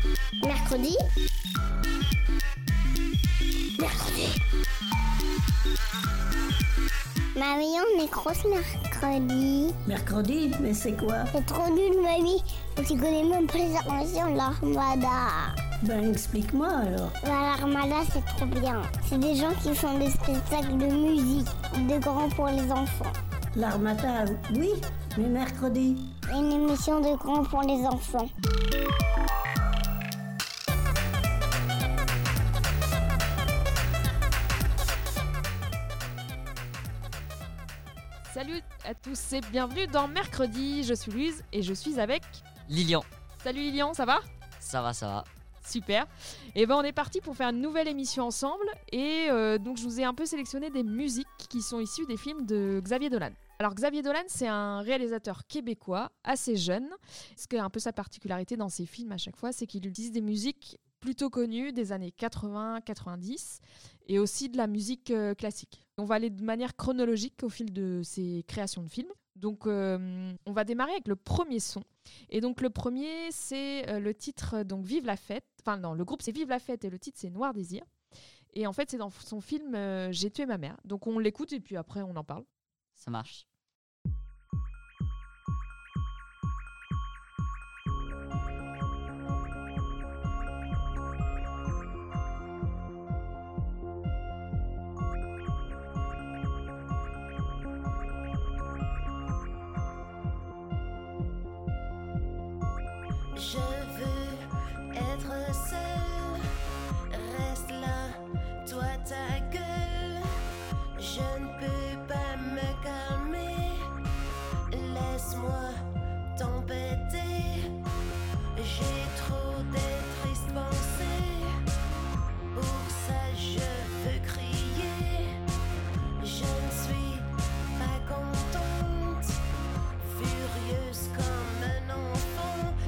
Mercredi. Mercredi. Mamie, on est grosse mercredi. Mercredi? Mais c'est quoi? C'est trop nul, mamie. Tu connais même pas les armations de l'armada. Ben, explique-moi alors. L'armada, c'est trop bien. C'est des gens qui font des spectacles de musique, de grands pour les enfants. L'armada, oui, mais mercredi? Une émission de grands pour les enfants. Salut à tous et bienvenue dans Mercredi. Je suis Louise et je suis avec Lilian. Salut Lilian, ça va ? Ça va, ça va. Super. Et ben on est parti pour faire une nouvelle émission ensemble et donc je vous ai un peu sélectionné des musiques qui sont issues des films de Xavier Dolan. Alors Xavier Dolan, c'est un réalisateur québécois assez jeune. Ce qui est un peu sa particularité dans ses films à chaque fois, c'est qu'il utilise des musiques plutôt connues des années 80-90 et aussi de la musique classique. On va aller de manière chronologique au fil de ses créations de films. Donc on va démarrer avec le premier son. Et donc le premier, c'est le titre donc Vive la fête. Enfin non, le groupe c'est Vive la fête et le titre c'est Noir Désir. Et en fait c'est dans son film J'ai tué ma mère. Donc on l'écoute et puis après on en parle. Ça marche. Je veux être seule, reste là, toi ta gueule. Je ne peux pas me calmer, laisse-moi t'embêter. J'ai trop de tristes pensées, pour ça je veux crier. Je ne suis pas contente, furieuse comme un enfant.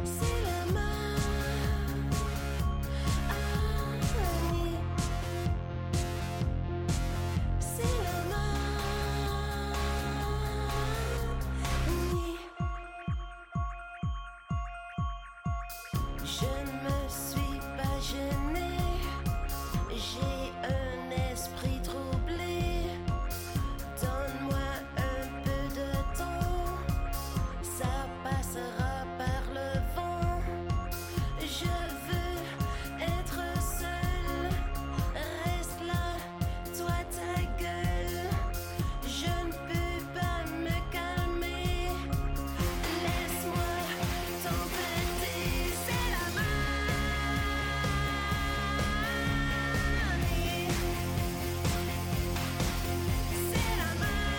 Je ne me suis pas gênée, j'ai un esprit troublé. Donne-moi un peu de temps, ça passera par le vent. Je veux être seule, reste là, toi ta gueule. Je ne peux pas me calmer, laisse-moi t'embêter. C'est la manie, c'est la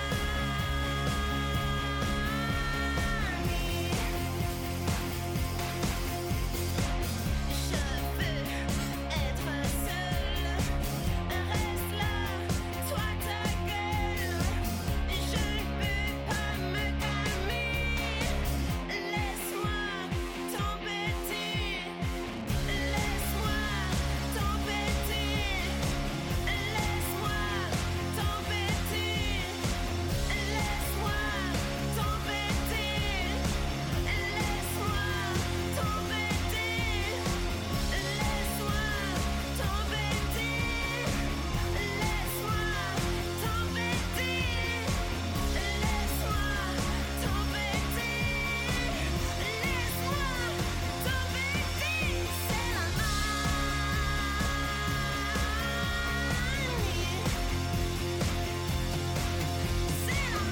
je veux être seule, reste là, toi ta gueule. Je ne peux pas me calmer, laisse-moi t'embêter. Laisse-moi t'embêter. Laisse-moi t'embêter. Laisse-moi t'embêter. Laisse-moi t'embêter. Laisse-moi t'embêter. Laisse-moi t'embêter. Laisse-moi t'embêter. Laisse-moi t'embêter. C'est la manie. C'est la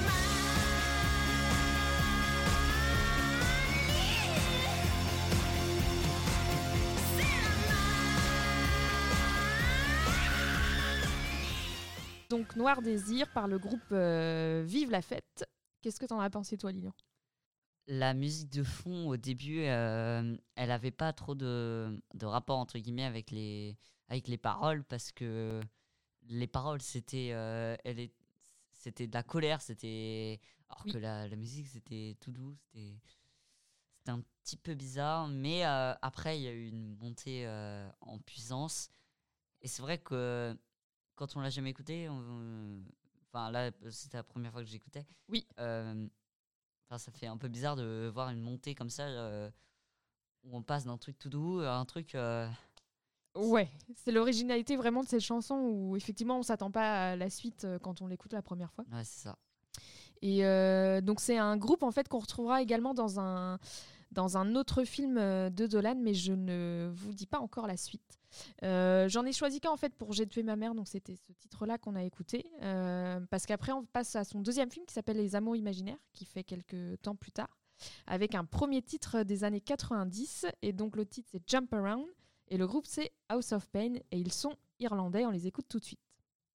Donc Noir Désir par le groupe Vive la fête. Qu'est-ce que t'en as pensé toi Lilian ? La musique de fond, au début, elle avait pas trop de rapport, entre guillemets, avec les paroles, parce que les paroles, c'était de la colère, alors Oui. que la musique, c'était tout doux, c'était un petit peu bizarre, mais après, il y a eu une montée en puissance, et c'est vrai que quand on l'a jamais écouté, enfin là, c'était la première fois que j'écoutais. Oui. Enfin, ça fait un peu bizarre de voir une montée comme ça où on passe d'un truc tout doux à un truc. Ouais, c'est l'originalité vraiment de cette chanson où effectivement on s'attend pas à la suite quand on l'écoute la première fois. Ouais, c'est ça. Et donc c'est un groupe en fait qu'on retrouvera également dans un autre film de Dolan, mais je ne vous dis pas encore la suite. J'en ai choisi qu'un en fait pour J'ai tué ma mère, donc c'était ce titre-là qu'on a écouté, parce qu'après on passe à son deuxième film qui s'appelle Les Amours imaginaires, qui fait quelques temps plus tard, avec un premier titre des années 90, et donc le titre c'est Jump Around, et le groupe c'est House of Pain, et ils sont irlandais, on les écoute tout de suite.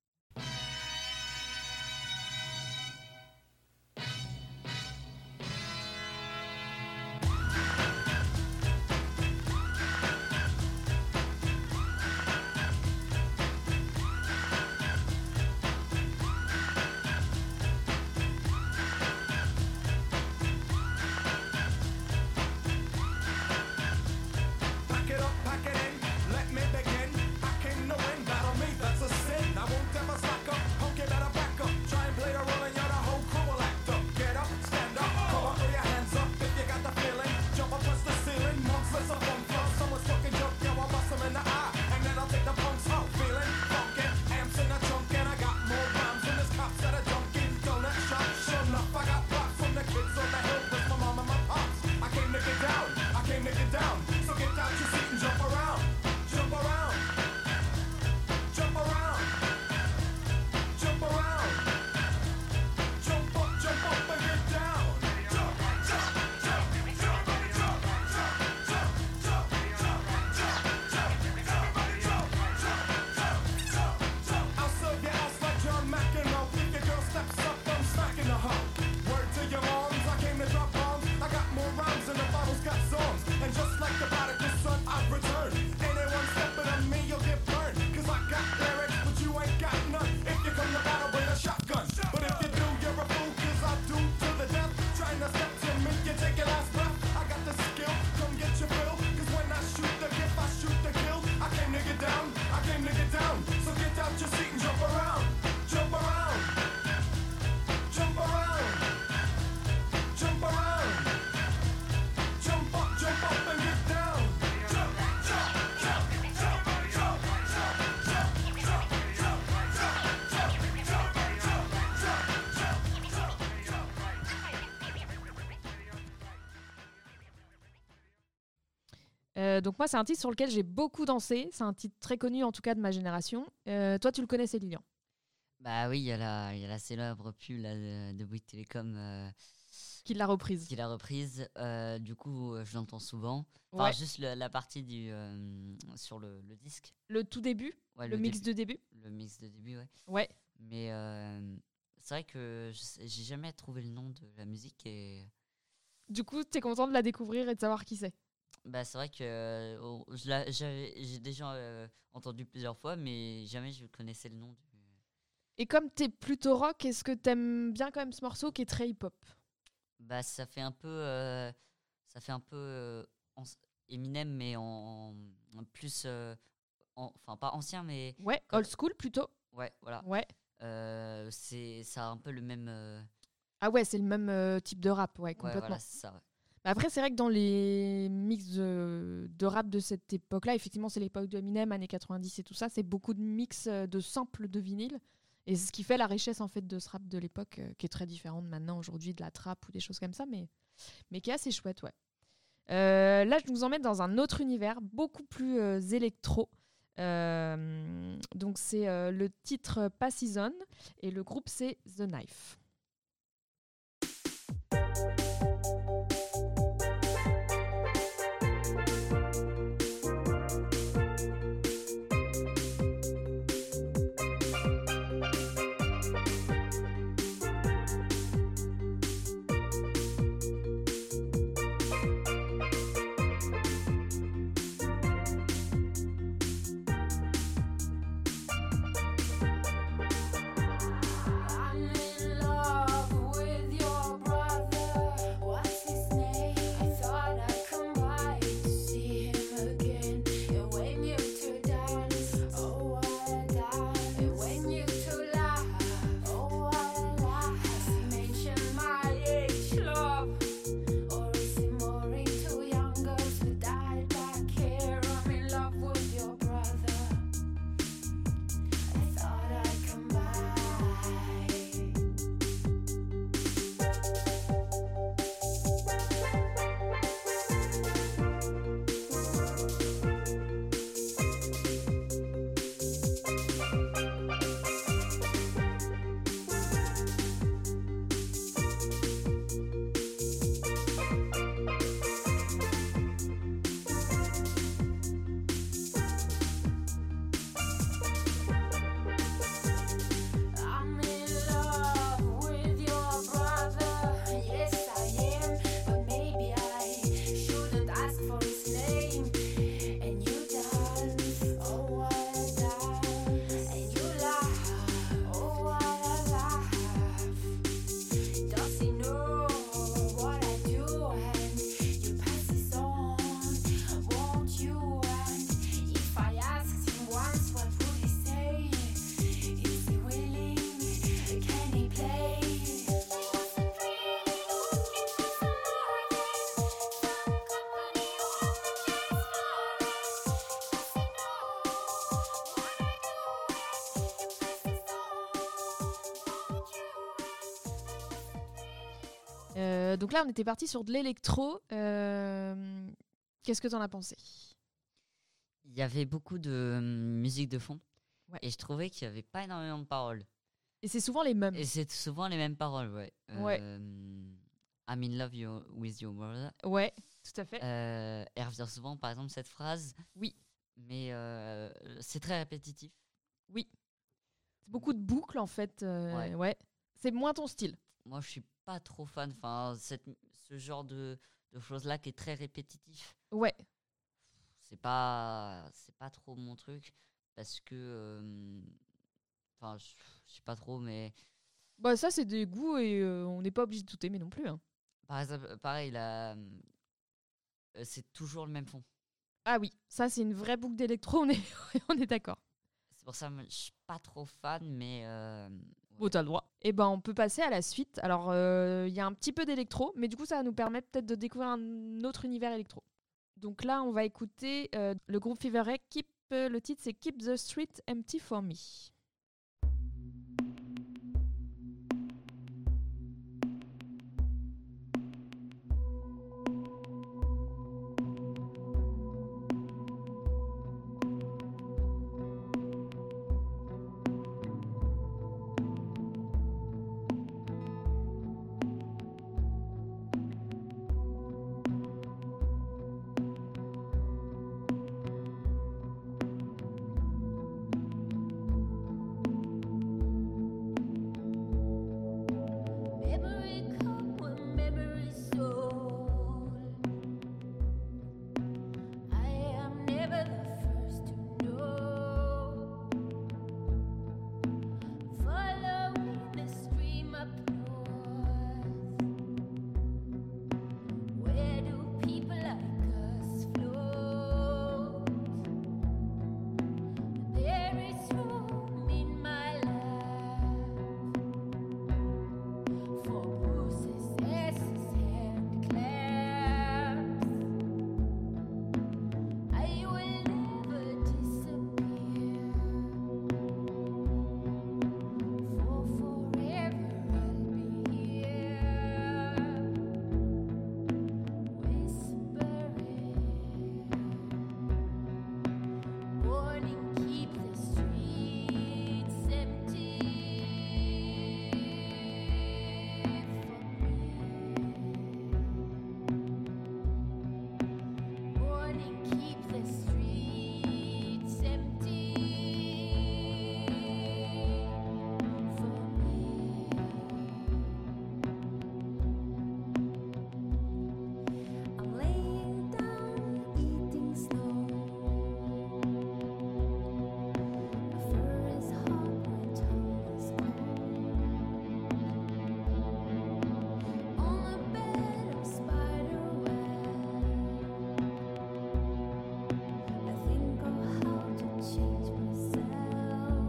Pack it up, pack it in, let me begin. I came to win, battle me, that's a sin. I won't ever slack up, punk it better back up. Try and play the role and you're the whole crew will act up. Get up, stand up, come on, throw your hands up if you got the feeling. Jump up, touch the ceiling, monks, let's up on floor. Someone's fucking joke, yo, I'll bust them in the eye. And then I'll take the punks out, feeling funky. Amps in the trunk and I got more rhymes than this cops that are Dunkin' Donut shop. Sure enough, I got props from the kids on the hill with my mom and my pops. I came to get down, I came to get down. So get out your seat and jump around, jump around, jump around, jump around, jump up and get down. Jump, jump, jump, jump, jump, jump, jump, jump, jump, jump, everybody jump, jump, jump, jump. I'll serve your ass like John McEnroe. If your girl steps up, I'm smacking the hoe. Word to your moms, I came to drop bombs. I got more rhymes than the bottles got songs. And just like the prodigal son, I've returned. Anyone stepping on me, you'll get burned. Cause I got lyrics, but you ain't got none. If you come to battle with a shotgun. But if you do, you're a fool, cause I do to the death. Trying to step to me, you take your last breath. I got the skill, come get your fill. Cause when I shoot the gift, I shoot the kill. I came to get down, I came to get down. So get out your seat and jump around. Jump around. Jump around. Jump around. Jump up and get down. Jump, jump, jump, jump, jump, jump, jump, jump, jump, jump, Donc moi c'est un titre sur lequel j'ai beaucoup dansé, c'est un titre très connu en tout cas de ma génération. Toi tu le connaissais, Lilian? Bah oui, il y a la célèbre pub là, de Bouygues Télécom Qui l'a reprise? qui l'a reprise. Du coup, je l'entends souvent. Enfin, Ouais. juste la partie sur le disque. Le tout début, Ouais, le mix de début. Le mix de début, ouais. Ouais. Mais c'est vrai que j'ai jamais trouvé le nom de la musique et Du coup t'es content de la découvrir et de savoir qui c'est? bah, c'est vrai que j'ai déjà entendu plusieurs fois, mais jamais je connaissais le nom du. Et comme t'es plutôt rock, est-ce que t'aimes bien quand même ce morceau qui est très hip-hop? Bah, ça fait un peu Eminem, mais en plus, enfin pas ancien, mais Ouais, Comme- old school plutôt. ouais, voilà. Ouais. Ça a un peu le même. Ah ouais, c'est le même type de rap, ouais, Ouais, complètement. voilà, c'est ça. Ouais. Bah après, c'est vrai que dans les mix de rap de cette époque-là, effectivement, c'est l'époque de Eminem, années 90 et tout ça, c'est beaucoup de mix de samples de vinyle. Et c'est ce qui fait la richesse en fait de ce rap de l'époque, qui est très différent de maintenant, aujourd'hui, de la trap ou des choses comme ça, mais qui est assez chouette, ouais. Là, je nous emmène dans un autre univers, beaucoup plus électro. Donc c'est le titre Pas Season et le groupe c'est The Knife. I'm in love. Donc là, on était parti sur de l'électro. Qu'est-ce que t'en as pensé? Il y avait beaucoup de musique de fond. Ouais. Et je trouvais qu'il n'y avait pas énormément de paroles. Et c'est souvent les mêmes. Et c'est souvent les mêmes paroles, ouais. Ouais. I'm in love with your brother. Ouais, tout à fait. Elle revient souvent, par exemple, cette phrase. Oui. Mais c'est très répétitif. C'est beaucoup de boucles, en fait. Ouais. C'est moins ton style. Moi, je suis pas trop fan. Enfin, ce genre de choses-là qui est très répétitif. Ouais. C'est pas trop mon truc. Parce que... Enfin, je sais pas trop, mais... Bah ça, c'est des goûts et on n'est pas obligé de tout aimer non plus. Hein. Par exemple, pareil, c'est toujours le même fond. Ah oui, ça, c'est une vraie boucle d'électro, on est d'accord. C'est pour ça que je suis pas trop fan, mais... Bon, t'as le droit. Et ben, on peut passer à la suite. Alors, il y a un petit peu d'électro, mais du coup, ça va nous permettre peut-être de découvrir un autre univers électro. Donc là, on va écouter le groupe Fever Egg. Le titre, c'est Keep the Street Empty for Me. Memory come when memory sold. I am never the first to know. Following the stream up north. Where do people like us float? There is room in my life for bruises, S's, and clamps. I will never disappear. For forever I'll be here, whispering, warning, keep the streets empty for me. Warning, keep the streets empty for me. I'm laying down, eating snow. My fur is hot, my tongue is cold. On a bed of spider web, I think of how to change myself.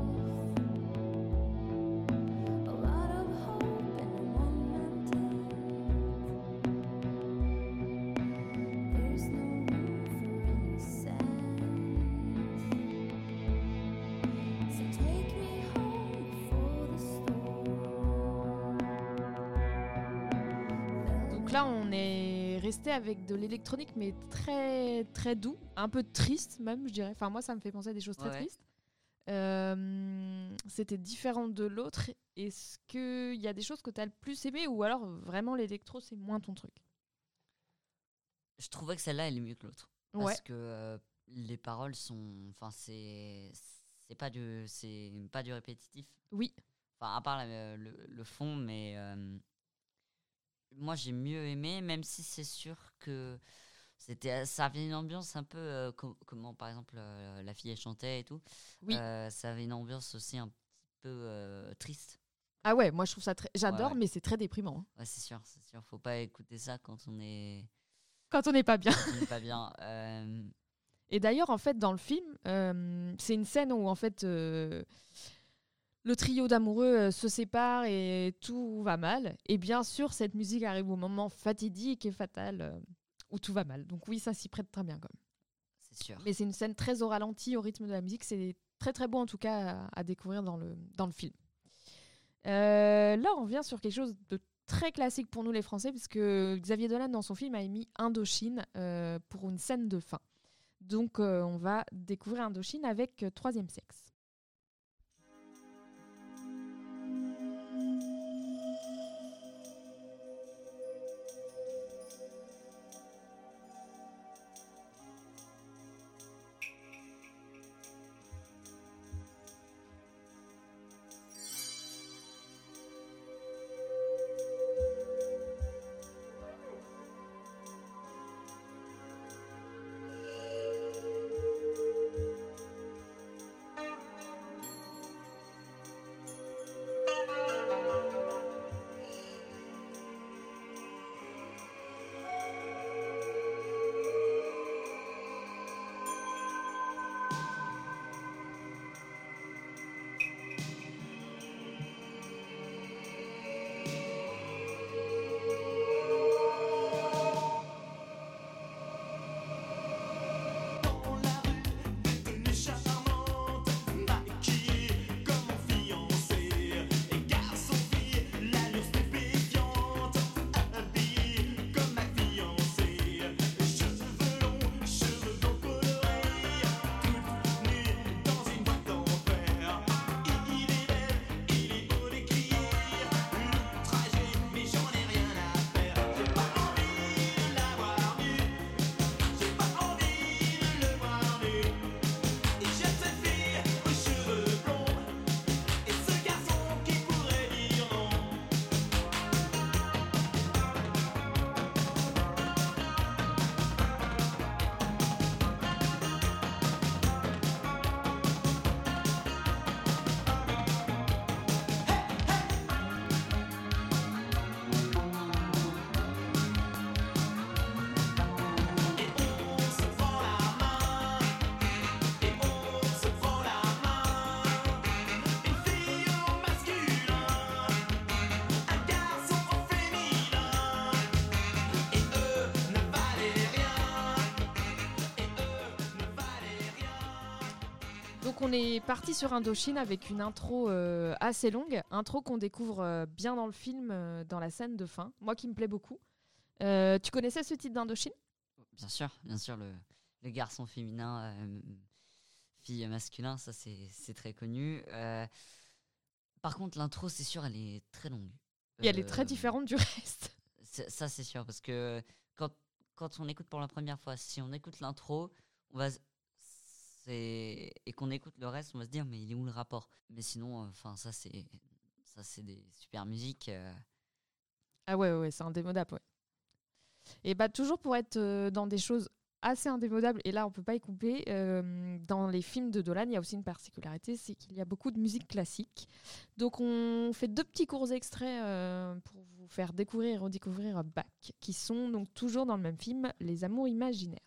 A lot of hope in one mountain. There's no room for innocence. So take me home before the storm. Donc là, on est resté avec de l'électronique, mais très très doux, un peu triste même, je dirais. Enfin, moi, ça me fait penser à des choses très Ouais. tristes. C'était différent de l'autre. Est-ce qu'il y a des choses que tu as le plus aimé ou alors vraiment l'électro, c'est moins ton truc? Je trouvais que celle-là, elle est mieux que l'autre. Ouais. Parce que les paroles sont... Enfin, c'est pas du répétitif. Oui. Enfin, à part le fond, mais... moi, j'ai mieux aimé, même si c'est sûr que ça avait une ambiance un peu... comment, par exemple, la fille, elle chantait et tout. Oui. Ça avait une ambiance aussi un petit peu triste. Ah ouais, moi je trouve ça très... J'adore, Ouais. mais c'est très déprimant. Hein. Ouais, c'est sûr, c'est sûr. Faut pas écouter ça quand on est Quand on n'est pas bien. pas bien. Et d'ailleurs, en fait, dans le film, c'est une scène où en fait le trio d'amoureux se sépare et tout va mal. Et bien sûr, cette musique arrive au moment fatidique et fatal où tout va mal. Donc oui, ça s'y prête très bien quand même. C'est sûr. Mais c'est une scène très au ralenti, au rythme de la musique. C'est très très beau en tout cas à découvrir dans le film. Là, on revient sur quelque chose de très classique pour nous les Français, puisque Xavier Dolan, dans son film, a mis Indochine pour une scène de fin. Donc, on va découvrir Indochine avec Troisième Sexe. Donc on est parti sur Indochine avec une intro assez longue, intro qu'on découvre bien dans le film, dans la scène de fin, moi qui me plaît beaucoup. Tu connaissais ce titre d'Indochine ? Bien sûr, le garçon féminin, fille masculin, ça c'est très connu. Par contre, l'intro, c'est sûr, elle est très longue. Et elle est très différente du reste. Ça, c'est sûr, parce que quand on écoute pour la première fois, si on écoute l'intro, et qu'on écoute le reste, on va se dire, mais il est où le rapport ? Mais sinon, ça c'est des super musiques. Ah ouais, c'est indémodable, ouais. Et bah toujours pour être dans des choses assez indémodables, et là on peut pas y couper, dans les films de Dolan, il y a aussi une particularité, c'est qu'il y a beaucoup de musique classique. Donc on fait 2 petits courts extraits pour vous faire découvrir et redécouvrir Bach, qui sont donc toujours dans le même film, Les Amours imaginaires.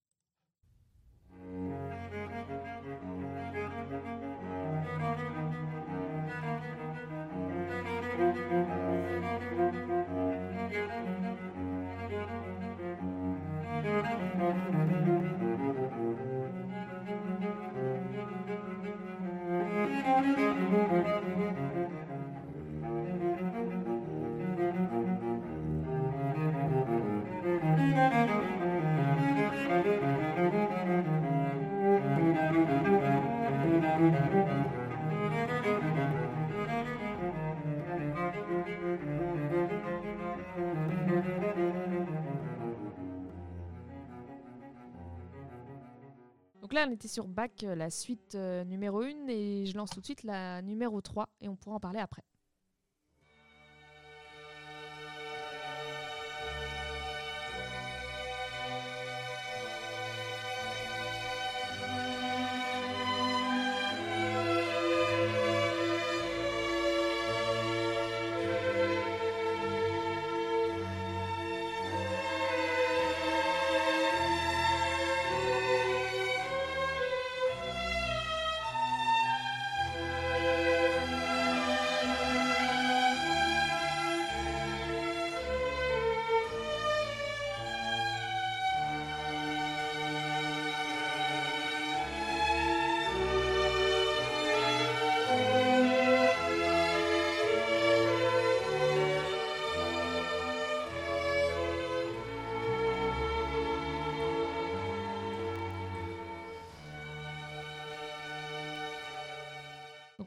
Donc là, on était sur Bach, la suite numéro 1, et je lance tout de suite la numéro 3, et on pourra en parler après.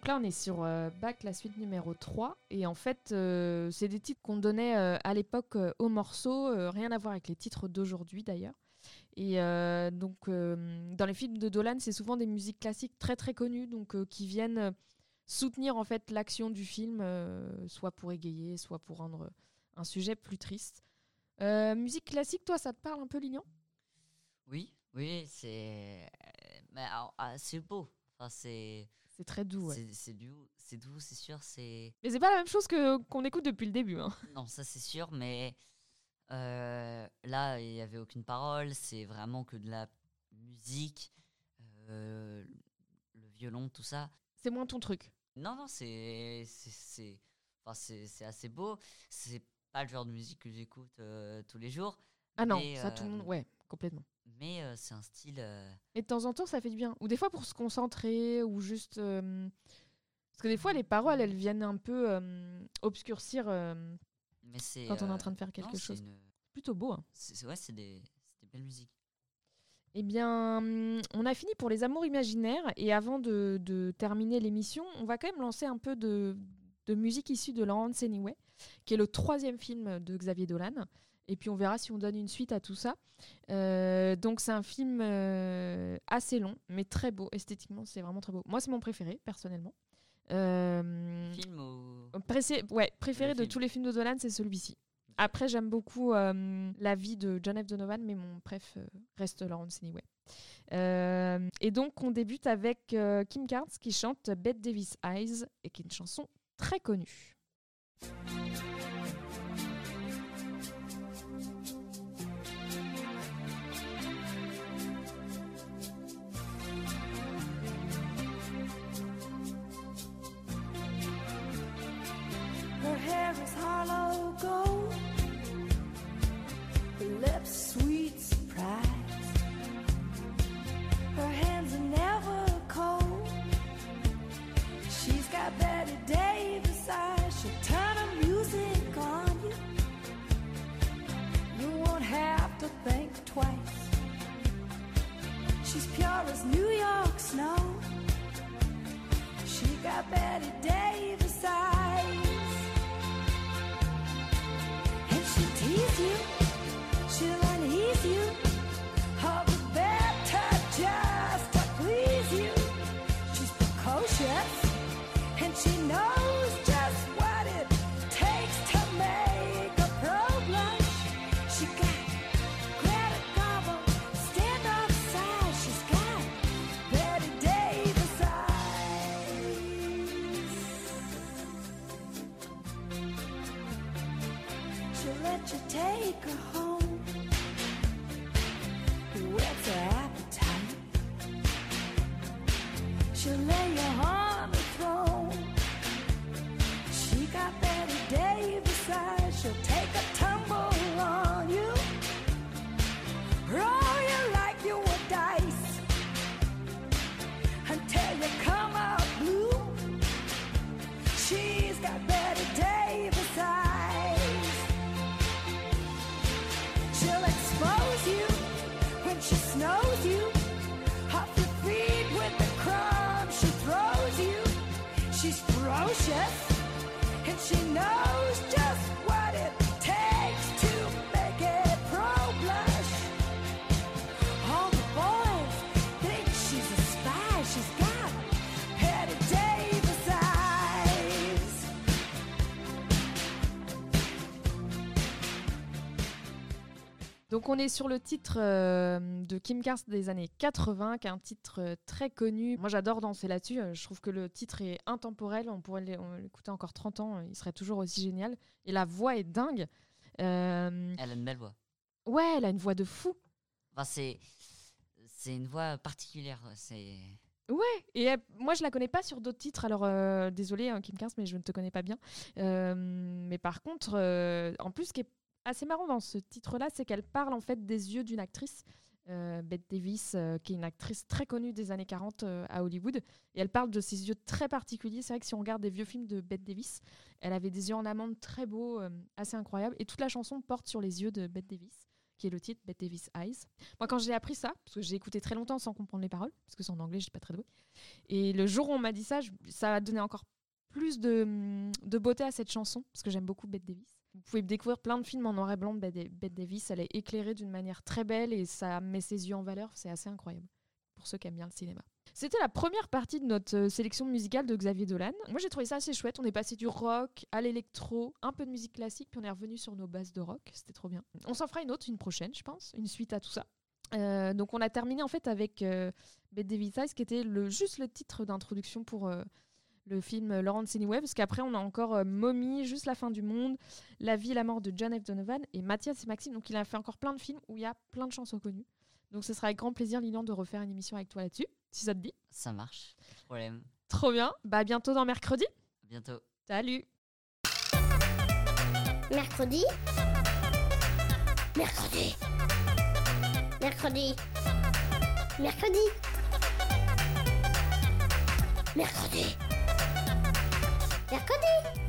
Donc là, on est sur Bach, la suite numéro 3. Et en fait, c'est des titres qu'on donnait à l'époque aux morceaux, rien à voir avec les titres d'aujourd'hui d'ailleurs. Et donc, dans les films de Dolan, c'est souvent des musiques classiques très très connues, donc qui viennent soutenir en fait l'action du film, soit pour égayer, soit pour rendre un sujet plus triste. Musique classique, toi, ça te parle un peu, Lignan ? Oui, c'est. Mais alors, c'est beau. Enfin, c'est très doux, ouais. c'est doux, c'est sûr. Mais c'est pas la même chose qu'on écoute depuis le début. Hein. Non, ça c'est sûr, mais là, il n'y avait aucune parole. C'est vraiment que de la musique, le violon, tout ça. C'est moins ton truc. Non, c'est assez beau. C'est pas le genre de musique que j'écoute tous les jours. Ah non, mais, ça tout le monde, ouais, complètement. Mais c'est un style. Et de temps en temps, ça fait du bien. Ou des fois pour se concentrer, ou juste... Parce que des fois, les paroles, elles viennent un peu obscurcir Mais c'est, quand on est en train de faire quelque non, chose. c'est une- Plutôt beau. Hein. c'est des belles musiques. Eh bien, on a fini pour les amours imaginaires. Et avant de terminer l'émission, on va quand même lancer un peu de musique issue de Lawrence Anyway, qui est le 3e film de Xavier Dolan. Et puis on verra si on donne une suite à tout ça. Donc c'est un film assez long, mais très beau. Esthétiquement, c'est vraiment très beau. Moi, c'est mon préféré, personnellement. Film ou. Préféré de film. tous les films de Dolan, c'est celui-ci. Après, j'aime beaucoup La vie de John F. Donovan, mais mon préf reste Lawrence Anyway. Et donc, on débute avec Kim Carnes qui chante Bette Davis Eyes, et qui est une chanson très connue. Her hair is hollow gold, her lips sweet surprise. Her hands are never cold. She's got Betty Davis eyes. She'll turn her music on you. You won't have to think twice. She's pure as New York snow. She got Betty Davis eyes. Tease you, she'll unease you, all the better just to please you. She's precocious, and she knows just what it takes to make a pro blush. She got Greta Garbo, stand on side. She's got Betty Davis eyes. She'll let you take her home. Whet's her appetite? She'll lay you on the throne. She got Betty Davis eyes. She'll take a tumble on you, roll you like you were dice, until you come out blue. She's got Betty Davis eyes. She'll expose you when she snows you, off your feet with the crumbs she throws you. She's ferocious, and she knows just what it takes to make it pro blush. All the boys think she's a spy. She's got Betty Davis eyes. Donc on est sur le titre de Kim Carnes des années 80, qui est un titre très connu. Moi j'adore danser là-dessus, je trouve que le titre est intemporel, on pourrait l'écouter encore 30 ans, il serait toujours aussi génial. Et la voix est dingue. Elle a une belle voix. Ouais, elle a une voix de fou. Enfin, c'est une voix particulière. C'est. Ouais, et moi je la connais pas sur d'autres titres, alors désolée Kim Carnes, mais je ne te connais pas bien. Mais par contre, en plus, ce qui est assez marrant dans ce titre-là, c'est qu'elle parle en fait des yeux d'une actrice, Bette Davis, qui est une actrice très connue des années 40 à Hollywood. Et elle parle de ses yeux très particuliers. C'est vrai que si on regarde des vieux films de Bette Davis, elle avait des yeux en amande très beaux, assez incroyables. Et toute la chanson porte sur les yeux de Bette Davis, qui est le titre Bette Davis Eyes. Moi, quand j'ai appris ça, parce que j'ai écouté très longtemps sans comprendre les paroles, parce que c'est en anglais, je suis pas très douée. Et le jour où on m'a dit ça, ça a donné encore plus de beauté à cette chanson, parce que j'aime beaucoup Bette Davis. Vous pouvez découvrir plein de films en noir et blanc de Bette Davis. Elle est éclairée d'une manière très belle et ça met ses yeux en valeur. C'est assez incroyable pour ceux qui aiment bien le cinéma. C'était la première partie de notre sélection musicale de Xavier Dolan. Moi, j'ai trouvé ça assez chouette. On est passé du rock à l'électro, un peu de musique classique, puis on est revenu sur nos bases de rock. C'était trop bien. On s'en fera une autre, une prochaine, je pense, une suite à tout ça. Donc, on a terminé en fait avec Bette Davis Eyes, qui était juste le titre d'introduction pour le film Lawrence Anyway, parce qu'après, on a encore Mommy, Juste la fin du monde, La vie et la mort de John F. Donovan et Mathias et Maxime. Donc, il a fait encore plein de films où il y a plein de chansons connues. Donc, ce sera avec grand plaisir, Lilian, de refaire une émission avec toi là-dessus, si ça te dit. Ça marche, pas de problème. Trop bien. Bah, à bientôt dans Mercredi. À bientôt. Salut. Mercredi. Mercredi. Mercredi. Mercredi. Mercredi. Mercredi.